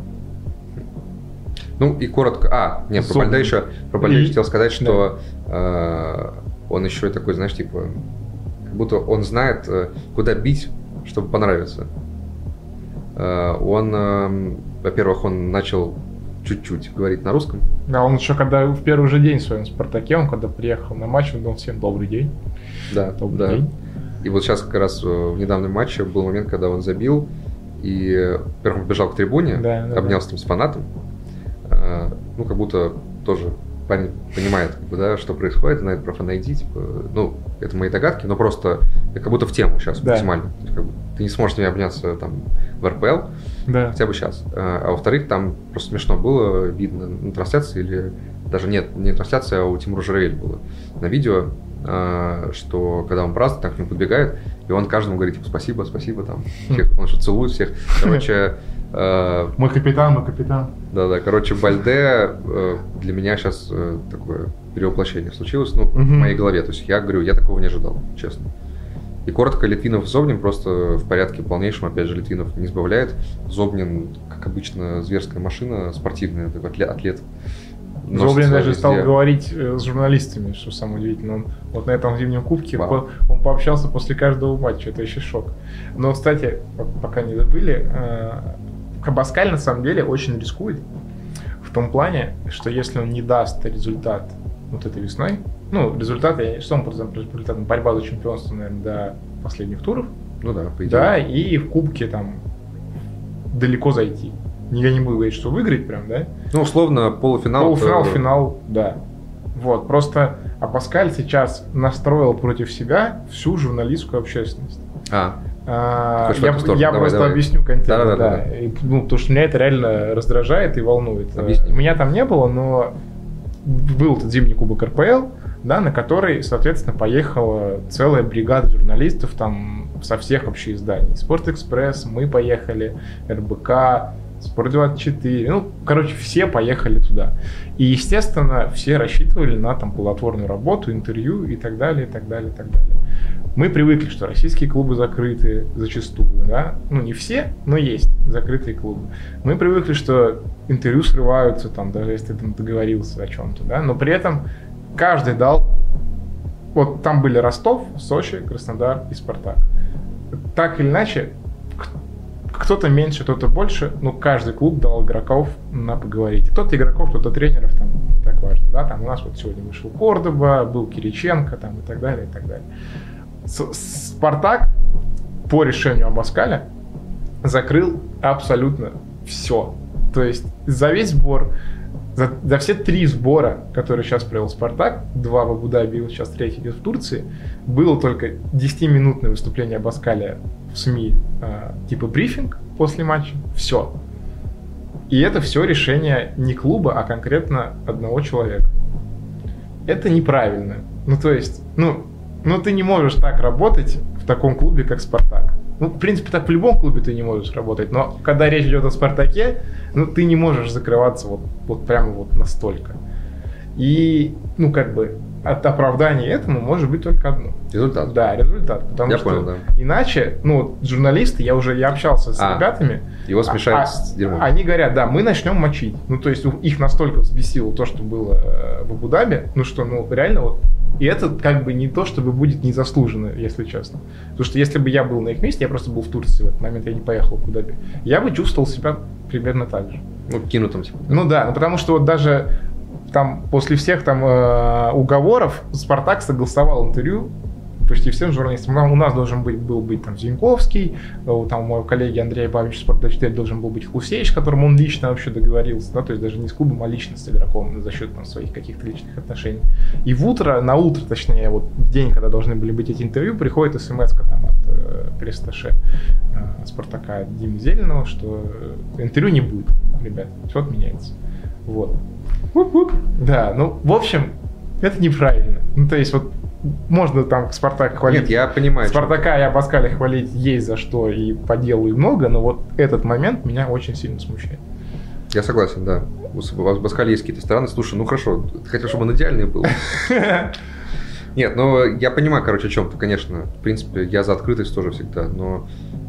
Ну и коротко. А, нет, про Бальде еще, про Бальде и... хотел сказать, что да. э, он еще и такой, знаешь, типа, как будто он знает, куда бить, чтобы понравиться. Э, он, э, во-первых, он начал чуть-чуть говорить на русском. Да, он еще когда в первый же день в своем «Спартаке», он когда приехал на матч, он говорил всем добрый день. Да, добрый да. день. И вот сейчас как раз в недавнем матче был момент, когда он забил, и, во-первых, побежал к трибуне, да, да, обнялся да. там с фанатом. Ну, как будто тоже парень понимает, как бы, да, что происходит, знает про фан-ай ди, типа, ну, это мои догадки, но просто как будто в тему сейчас да. максимально. То есть, как бы, ты не сможешь с ними обняться там в эр пэ эл, да. хотя бы сейчас. А, а во-вторых, там просто смешно было видно на трансляции, или даже нет, не трансляция, а у Тимура Журавель было на видео, а, что когда он празднует, так к нему подбегает, и он каждому говорит, типа, спасибо, спасибо, там, всех, он что целует всех. Короче, Uh, мой капитан, мой капитан. Да-да, короче, Бальде uh, для меня сейчас uh, такое перевоплощение случилось, ну, uh-huh. в моей голове. То есть я говорю, я такого не ожидал, честно. И коротко, Литвинов и Зобнин просто в порядке полнейшем, опять же, Литвинов не сбавляет. Зобнин, как обычно, зверская машина, спортивная, такой атлет. Зобнин даже везде. Стал говорить с журналистами, что самое удивительное. Он вот на этом зимнем кубке по, он пообщался после каждого матча, это еще шок. Но, кстати, пока не забыли, Абаскаль на самом деле очень рискует в том плане, что если он не даст результат вот этой весной, ну, результат, что он по результатам? Борьба за чемпионство, наверное, до последних туров. Ну да, по идее. Да, и в кубке там далеко зайти. Я не буду говорить, что выиграть прям, да? Ну, условно, полуфинал. Полуфинал, то... финал, да. Вот, просто Абаскаль сейчас настроил против себя всю журналистскую общественность. А, а я я давай, просто давай. объясню контекст, да, да, да, да. И, ну, потому что меня это реально раздражает и волнует. Объясни. Меня там не было, но был этот зимний кубок эр пэ эл, да, на который, соответственно, поехала целая бригада журналистов там со всех вообще изданий. Спортэкспресс, мы поехали, эр бэ ка, Спорт двадцать четыре, ну, короче, все поехали туда. И, естественно, все рассчитывали на там плодотворную работу, интервью и так далее, и так далее, и так далее. Мы привыкли, что российские клубы закрыты зачастую, да, ну, не все, но есть закрытые клубы. Мы привыкли, что интервью срываются, там, даже если ты там договорился о чем-то, да, но при этом каждый дал, вот там были Ростов, Сочи, Краснодар и Спартак. Так или иначе, кто-то меньше, кто-то больше, но каждый клуб дал игроков на поговорить. Кто-то игроков, кто-то тренеров, там, не так важно, да, там у нас вот сегодня вышел Кордоба, был Кириченко, там, и так далее, и так далее. Спартак по решению Абаскаля закрыл абсолютно все. То есть за весь сбор, за, за все три сбора, которые сейчас провел Спартак, два в Абу-Даби, сейчас третий идет в Турции, было только десятиминутное выступление Абаскаля в СМИ, э, типа брифинг после матча, все. И это все решение не клуба, а конкретно одного человека. Это неправильно. Ну, то есть, ну, ну ты не можешь так работать в таком клубе, как Спартак. Ну, в принципе, так в любом клубе ты не можешь работать, но когда речь идет о Спартаке, ну, ты не можешь закрываться вот, вот прямо вот настолько. И, ну, как бы, от оправдания этому может быть только одно. Результат. Да, результат. Потому я что понял, да. Иначе, ну, журналисты, я уже я общался с а, ребятами. Его смешают а, с дерьмом. Они говорят, да, мы начнем мочить. Ну, то есть их настолько взбесило то, что было в Абу-Даби, ну, что, ну, реально вот. И это как бы не то, чтобы будет незаслуженно, если честно. Потому что если бы я был на их месте, я просто был в Турции в этот момент, я не поехал в Абу-Даби, я бы чувствовал себя примерно так же. Ну, кинутым, типа. Ну да, ну потому что вот даже там после всех там э, уговоров Спартак согласовал интервью почти всем журналистам. У нас должен быть, был быть там Зиньковский, там у моего коллеги Андрея Бабича Спорт двадцать четыре должен был быть Хусеич, с которым он лично вообще договорился, да, то есть даже не с клубом, а лично с игроком за счет там своих каких-то личных отношений. И в утро, на утро, точнее, вот в день, когда должны были быть эти интервью, приходит смс-ка там от э, пресс-атташе э, Спартака Димы Зеленого, что интервью не будет, ребят, все отменяется. Вот. Да, ну, в общем, это неправильно. Ну, то есть, вот, можно там Спартак хвалить. Нет, я понимаю. Спартака и Абаскаля хвалить есть за что, и по делу и много, но вот этот момент меня очень сильно смущает. Я согласен, да. У Абаскаля есть какие-то стороны. Слушай, ну хорошо, ты хотел, чтобы он идеальный был. Нет, ну я понимаю, короче, о чем ты, конечно. В принципе, я за открытость тоже всегда, но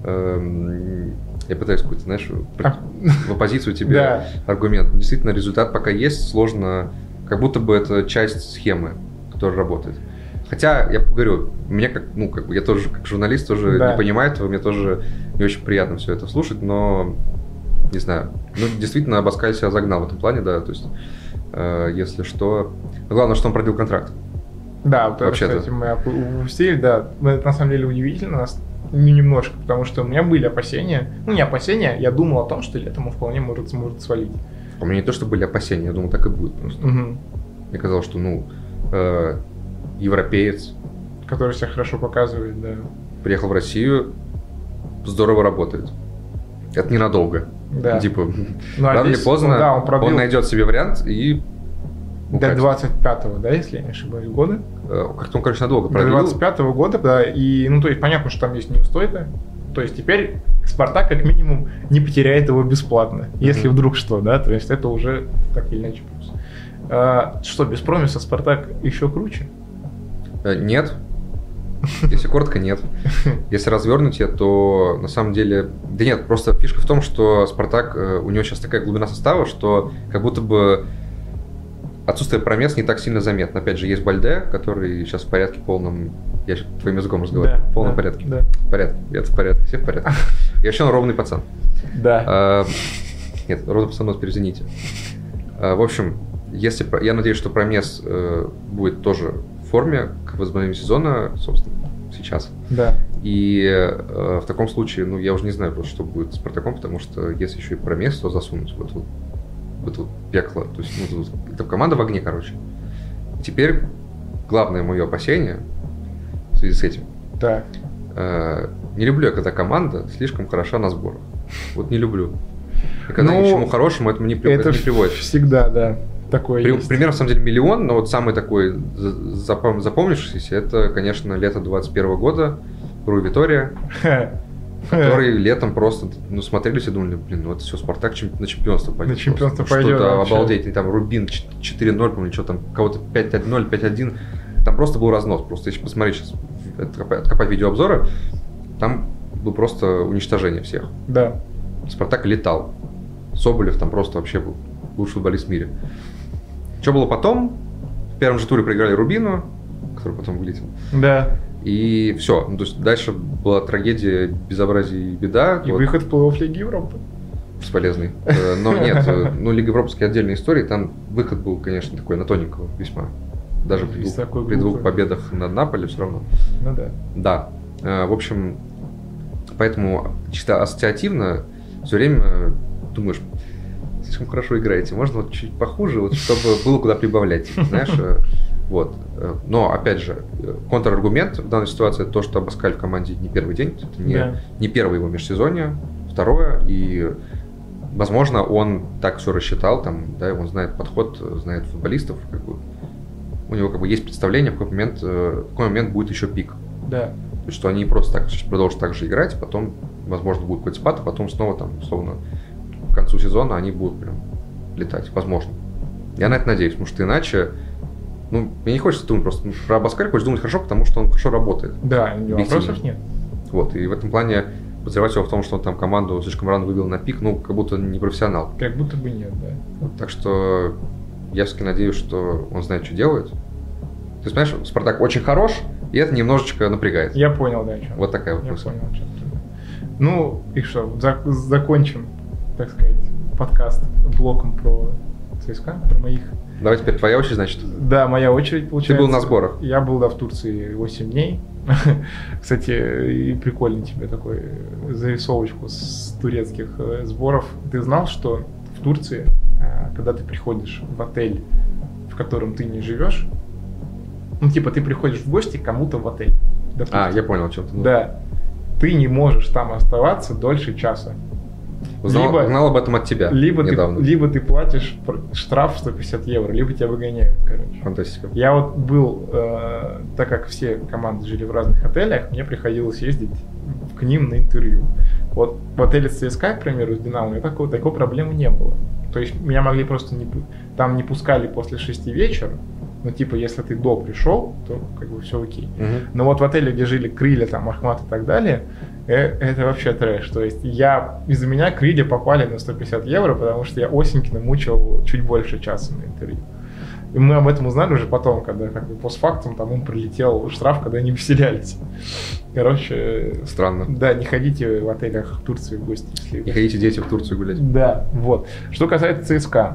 эм, я пытаюсь какой-то, знаешь, в оппозицию тебе да. аргумент. Действительно, результат пока есть, сложно, как будто бы это часть схемы, которая работает. Хотя, я говорю, мне как, ну, как бы я тоже, как журналист, тоже да. не понимаю этого, мне тоже не очень приятно все это слушать, но, не знаю, ну, действительно, Абаскаль себя загнал в этом плане, да, то есть, э, если что, главное, что он продлил контракт. Да, вот это, кстати, мы упустили, да, это на самом деле удивительно, нас немножко, потому что у меня были опасения, ну, не опасения, я думал о том, что летом он вполне может, сможет свалить. У меня не то, что были опасения, я думал, так и будет просто. Угу. Мне казалось, что, ну, э, европеец, который себя хорошо показывает, да. Приехал в Россию, здорово работает. Это ненадолго. Да. Типа, ну, рано или поздно да, он, пробил... он найдет себе вариант и... До двадцать пятого, да, если я не ошибаюсь, года? Как-то он, короче, надолго продлил. До двадцать пятого года, да, и, ну, то есть, понятно, что там есть неустойка. То есть, теперь Спартак, как минимум, не потеряет его бесплатно, mm-hmm. если вдруг что, да, то есть, это уже так или иначе плюс. А, что, без промиса Спартак еще круче? Нет, Если коротко, нет. Если развернуть ее, то на самом деле... Да нет, просто фишка в том, что Спартак, у него сейчас такая глубина состава, что как будто бы отсутствие промес не так сильно заметно. Опять же, есть Бальде, который сейчас в порядке полном... Я сейчас твоим языком разговариваю. Да, в полном да, порядке. Да. В порядке. Это в порядке. Все в порядке. И вообще он ровный пацан. Да. А, нет, ровный пацан, вас извините. А, в общем, если... Я надеюсь, что промес э, будет тоже в форме к возобновлению сезона, собственно, сейчас. Да. И э, в таком случае, ну, я уже не знаю просто, что будет с Спартаком, потому что если еще и промес, то засунуть в это вот, в это вот пекло. То есть, ну, это команда в огне, короче. Теперь главное мое опасение в связи с этим. Так. Э, не люблю я, когда команда слишком хороша на сборах. Вот не люблю. И когда Ну, ни к чему хорошему это не, при, Это это не приводит. всегда, да, такое При, есть. пример, на самом деле, миллион, но вот самый такой запом, запомнившийся, это, конечно, лето двадцать первого года, Ру Витория, которые летом просто, ну, смотрелись и думали, блин, ну это все, Спартак чем, на чемпионство пойдет. На чемпионство просто. пойдет, Что-то вообще. обалдеть. И там Рубин четыре ноль, помню, что там, кого-то пять ноль, пять один. Там просто был разнос. Просто если посмотреть сейчас, откопать, откопать видеообзоры, там было просто уничтожение всех. Да. Спартак летал. Соболев там просто вообще был лучший футболист в мире. Что было потом? В первом же туре проиграли Рубину, который потом вылетел. Да. И все. Ну, то есть дальше была трагедия, безобразие и беда. И вот, выход в плей-офф Лиги Европы. бесполезный. Э, Но нет, э, ну Лига Европейская отдельная история. Там выход был, конечно, такой на тоненького весьма. Даже при Из двух, такой при двух группы. победах над Наполи все равно. Ну да. Да. Э, В общем, поэтому чисто ассоциативно все время думаешь, слишком хорошо играете, можно вот чуть похуже, вот, чтобы было куда прибавлять, знаешь, э, вот. Э, Но, опять же, э, контраргумент в данной ситуации это то, что Абаскаль в команде не первый день, это не, Да. не первое его межсезонье, второе, и, возможно, он так все рассчитал, там, да, он знает подход, знает футболистов, как бы, у него как бы есть представление, в какой момент, э, в какой момент будет еще пик. Да. То есть, что они просто так продолжат так же играть, потом, возможно, будет какой-то спад, а потом снова, там, условно, к концу сезона они будут прям летать, возможно. Я на это надеюсь, потому что иначе, ну, мне не хочется думать просто, ну, про Абаскаль хочется думать хорошо, потому что он хорошо работает. Да, Объективно. вопросов нет. Вот, и в этом плане подозревать его в том, что он там команду слишком рано вывел на пик, ну, как будто не профессионал. Как будто бы нет, да. Вот, так что я все-таки надеюсь, что он знает, что делает. То есть, понимаешь, Спартак очень хорош, и это немножечко напрягает. Я понял, да, о чем. Вот такая вот Я мысль. понял, о чем ты. Ну, и что, за- закончим, так сказать, подкаст блоком про ЦСКА, про моих. Давай теперь твоя очередь, значит. Да, моя очередь, получается. был на сборах? Я был, да, в Турции восемь дней. Кстати, и прикольный тебе такой зарисовочку с турецких э, сборов. Ты знал, что в Турции, э, когда ты приходишь в отель, в котором ты не живешь, ну, типа, ты приходишь в гости к кому-то в отель. допустим. А, я понял, о чем ты. Да. Ты не можешь там оставаться дольше часа. Узнал, Либо- узнал об этом от тебя Либо ты, недавно. либо ты платишь пр- штраф сто пятьдесят евро, либо тебя выгоняют, короче. Фантастика. Я вот был, э, так как все команды жили в разных отелях, мне приходилось ездить к ним на интервью. Вот в отеле ЦСКА, к примеру, с Динамо, у меня такой, такой проблемы не было. То есть меня могли просто не, пу- там не пускали после шести вечера, но типа если ты до пришел, то как бы все окей. Мгм. Но вот в отеле, где жили Крылья, там, Ахмат и так далее, э, это вообще трэш. То есть я, из-за меня Крылья попали на сто пятьдесят евро, потому что я Осенькина мучил чуть больше часа на интервью. И мы об этом узнали уже потом, когда как бы постфактум там им прилетел штраф, когда они выселялись. Короче, Странно. да, не ходите в отелях в Турции в гости, если... Не ходите дети в Турцию гулять. Да, вот. Что касается ЦСКА.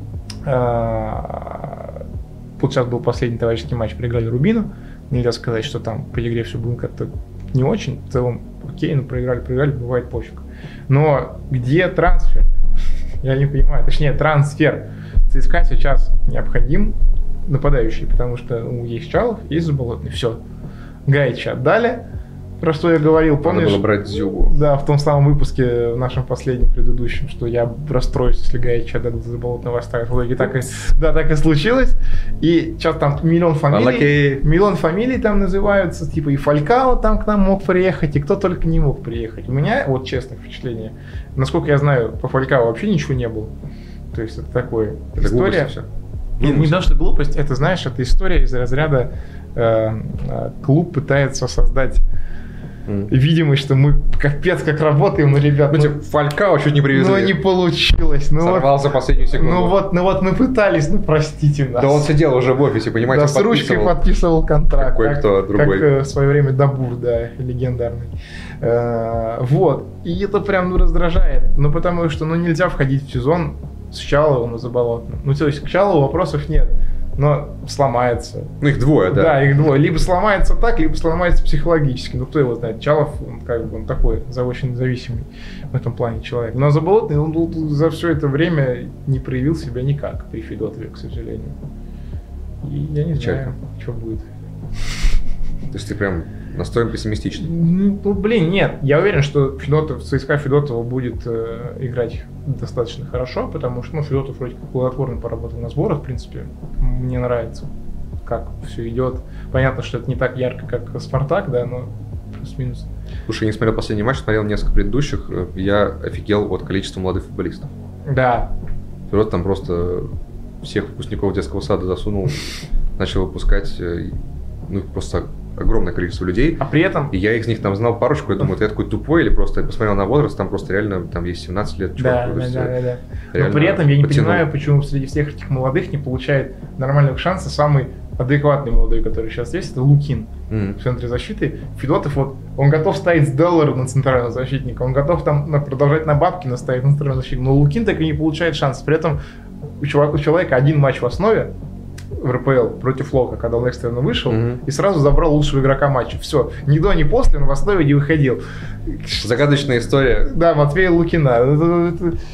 а, Вот сейчас был последний товарищеский матч, проиграли Рубину. Нельзя сказать, что там по игре все было как-то не очень. В целом, окей, ну проиграли, проиграли, бывает пофиг. Но где трансфер? Я не понимаю. Точнее, трансфер. ЦСКА сейчас необходим нападающий, потому что ну, есть Чалов, есть Заболотный. Все. Гаича отдали. Про что я говорил, помнишь? Надо было брать Дзюбу. Да, в том самом выпуске, в нашем последнем предыдущем, что я расстроюсь, если Гаича отдадут Заболотного оставят. В итоге так и, да, так и случилось. И сейчас там миллион фамилий. Окей. Миллион фамилий там называются. Типа и Фалькао там к нам мог приехать, и кто только не мог приехать. У меня, вот честное впечатление, насколько я знаю, по Фалькао вообще ничего не было. То есть это такое Это история. глупость всё. Не, не то, что глупость, это, знаешь, это история из разряда э, клуб пытается создать mm. видимость, что мы капец как работаем, но, ребят... Ну, типа, Фалькао чуть не привезли. Ну, не получилось. Ну, сорвался вот, последнюю секунду. Ну вот, ну вот мы пытались, ну простите нас. Да он сидел уже в офисе, понимаете, да, с ручкой подписывал контракт. Кое-кто как, другой. Как в свое время Дабур, да, легендарный. Э, вот. И это прям ну, раздражает. Ну, потому что ну, нельзя входить в сезон с Чаловым и Заболотным. Ну, то есть к Чалову вопросов нет. Но сломается. Ну, их двое, да? Да, их двое. Либо сломается так, либо сломается психологически. Ну, кто его знает. Чалов, он, как бы, он такой очень зависимый в этом плане человек. Но Заболотный, он, он за все это время не проявил себя никак при Федотове, к сожалению. И я не Чайка. знаю, что будет. То есть ты прям настроен пессимистично? Ну, блин, нет. Я уверен, что Федотов, ЦСКА Федотова будет э, играть достаточно хорошо, потому что ну, Федотов вроде как плодотворно поработал на сборах, в принципе. Мне нравится, как все идет. Понятно, что это не так ярко, как Спартак, да, но плюс-минус. Слушай, я не смотрел последний матч, смотрел несколько предыдущих. Я офигел от количества молодых футболистов. Да. Федотов там просто всех выпускников детского сада засунул, начал выпускать, ну, просто огромное количество людей. А при этом... И я из них там знал парочку, я думаю, ты такой тупой, или просто я посмотрел на возраст, там просто реально, там есть семнадцать лет, чувак. Да, да, да, да, да. Но при этом я не подтянул. понимаю, почему среди всех этих молодых не получает нормальных шансов самый адекватный молодой, который сейчас есть, это Лукин mm. в центре защиты. Федотов, вот, он готов ставить с Деллера на центрального защитника, он готов там на, продолжать на Бабкина ставить на центрального защитника, но Лукин так и не получает шансов. При этом у человека, у человека один матч в основе в РПЛ против Лока, когда он экстренно вышел, mm-hmm. и сразу забрал лучшего игрока матча. Все, ни до, ни после он в основе не выходил. Загадочная история. Да, Матвея Лукина.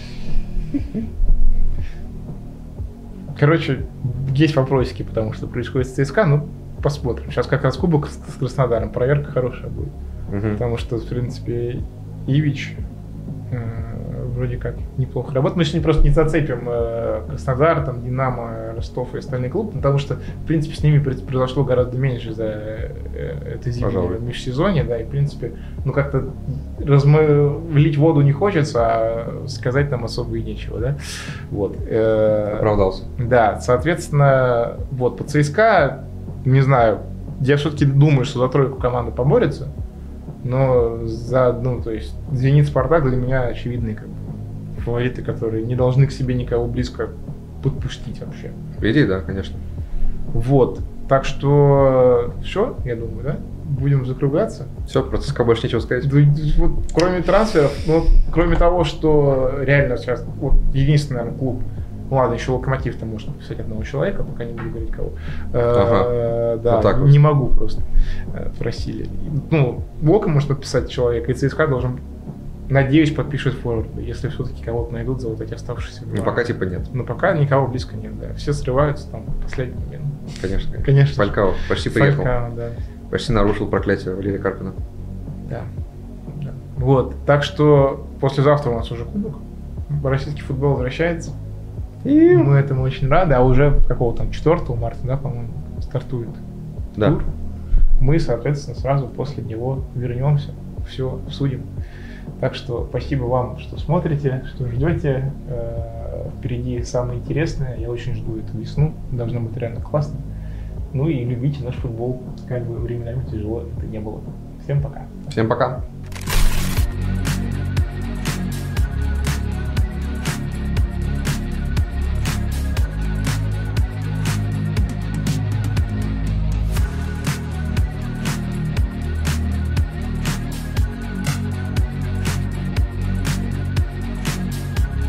Короче, есть вопросики, потому что происходит с ЦСКА, ну, посмотрим. Сейчас как раз кубок с Краснодаром, проверка хорошая будет. Mm-hmm. Потому что, в принципе, Ивич э, вроде как неплохо работает. Мы сегодня просто не зацепим э, Краснодар, там, Динамо, Ростов и остальные клубы, потому что, в принципе, с ними произошло гораздо меньше за э, это зимнее межсезонье, да, и, в принципе, ну, как-то размы... влить воду не хочется, а сказать нам особо и нечего, да. Вот. Э, Оправдался. Да, соответственно, вот, по ЦСКА, не знаю, я все-таки думаю, что за тройку команда поборется, но за, ну, то есть, Зенит, Спартак для меня очевидные, как бы, фавориты, которые не должны к себе никого близко подпустить вообще. По идее, да, конечно. Вот, так что все, я думаю, да? Будем закругляться. Все, про ЦСКА больше нечего сказать. Вот, кроме трансферов, ну, кроме того, что реально сейчас, вот, единственный, наверное, клуб, ну ладно, еще Локомотив-то может написать одного человека, пока не буду говорить кого. Ага. Э, да, вот так вот. Не могу просто. Просили. Ну, Лока может подписать человека, и ЦСКА должен, надеюсь, подпишет форварда, если все-таки кого-то найдут за вот эти оставшиеся два. Ну, пока типа нет. Ну, пока никого близко нет, да. Все срываются там в последний момент. Конечно. Конечно. Фалькао почти приехал. Фалькао, да. Почти нарушил проклятие Валерия Карпина. Да. да. Вот. Так что послезавтра у нас уже кубок. Российский футбол возвращается. И мы этому очень рады. А уже какого там четвёртого марта, да, по-моему, стартует да. тур. Мы, соответственно, сразу после него вернемся, все обсудим. Так что спасибо вам, что смотрите, что ждете. Впереди самое интересное. Я очень жду эту весну. Должно быть реально классно. Ну и любите наш футбол. Как бы временами тяжело это не было. Всем пока. Всем пока.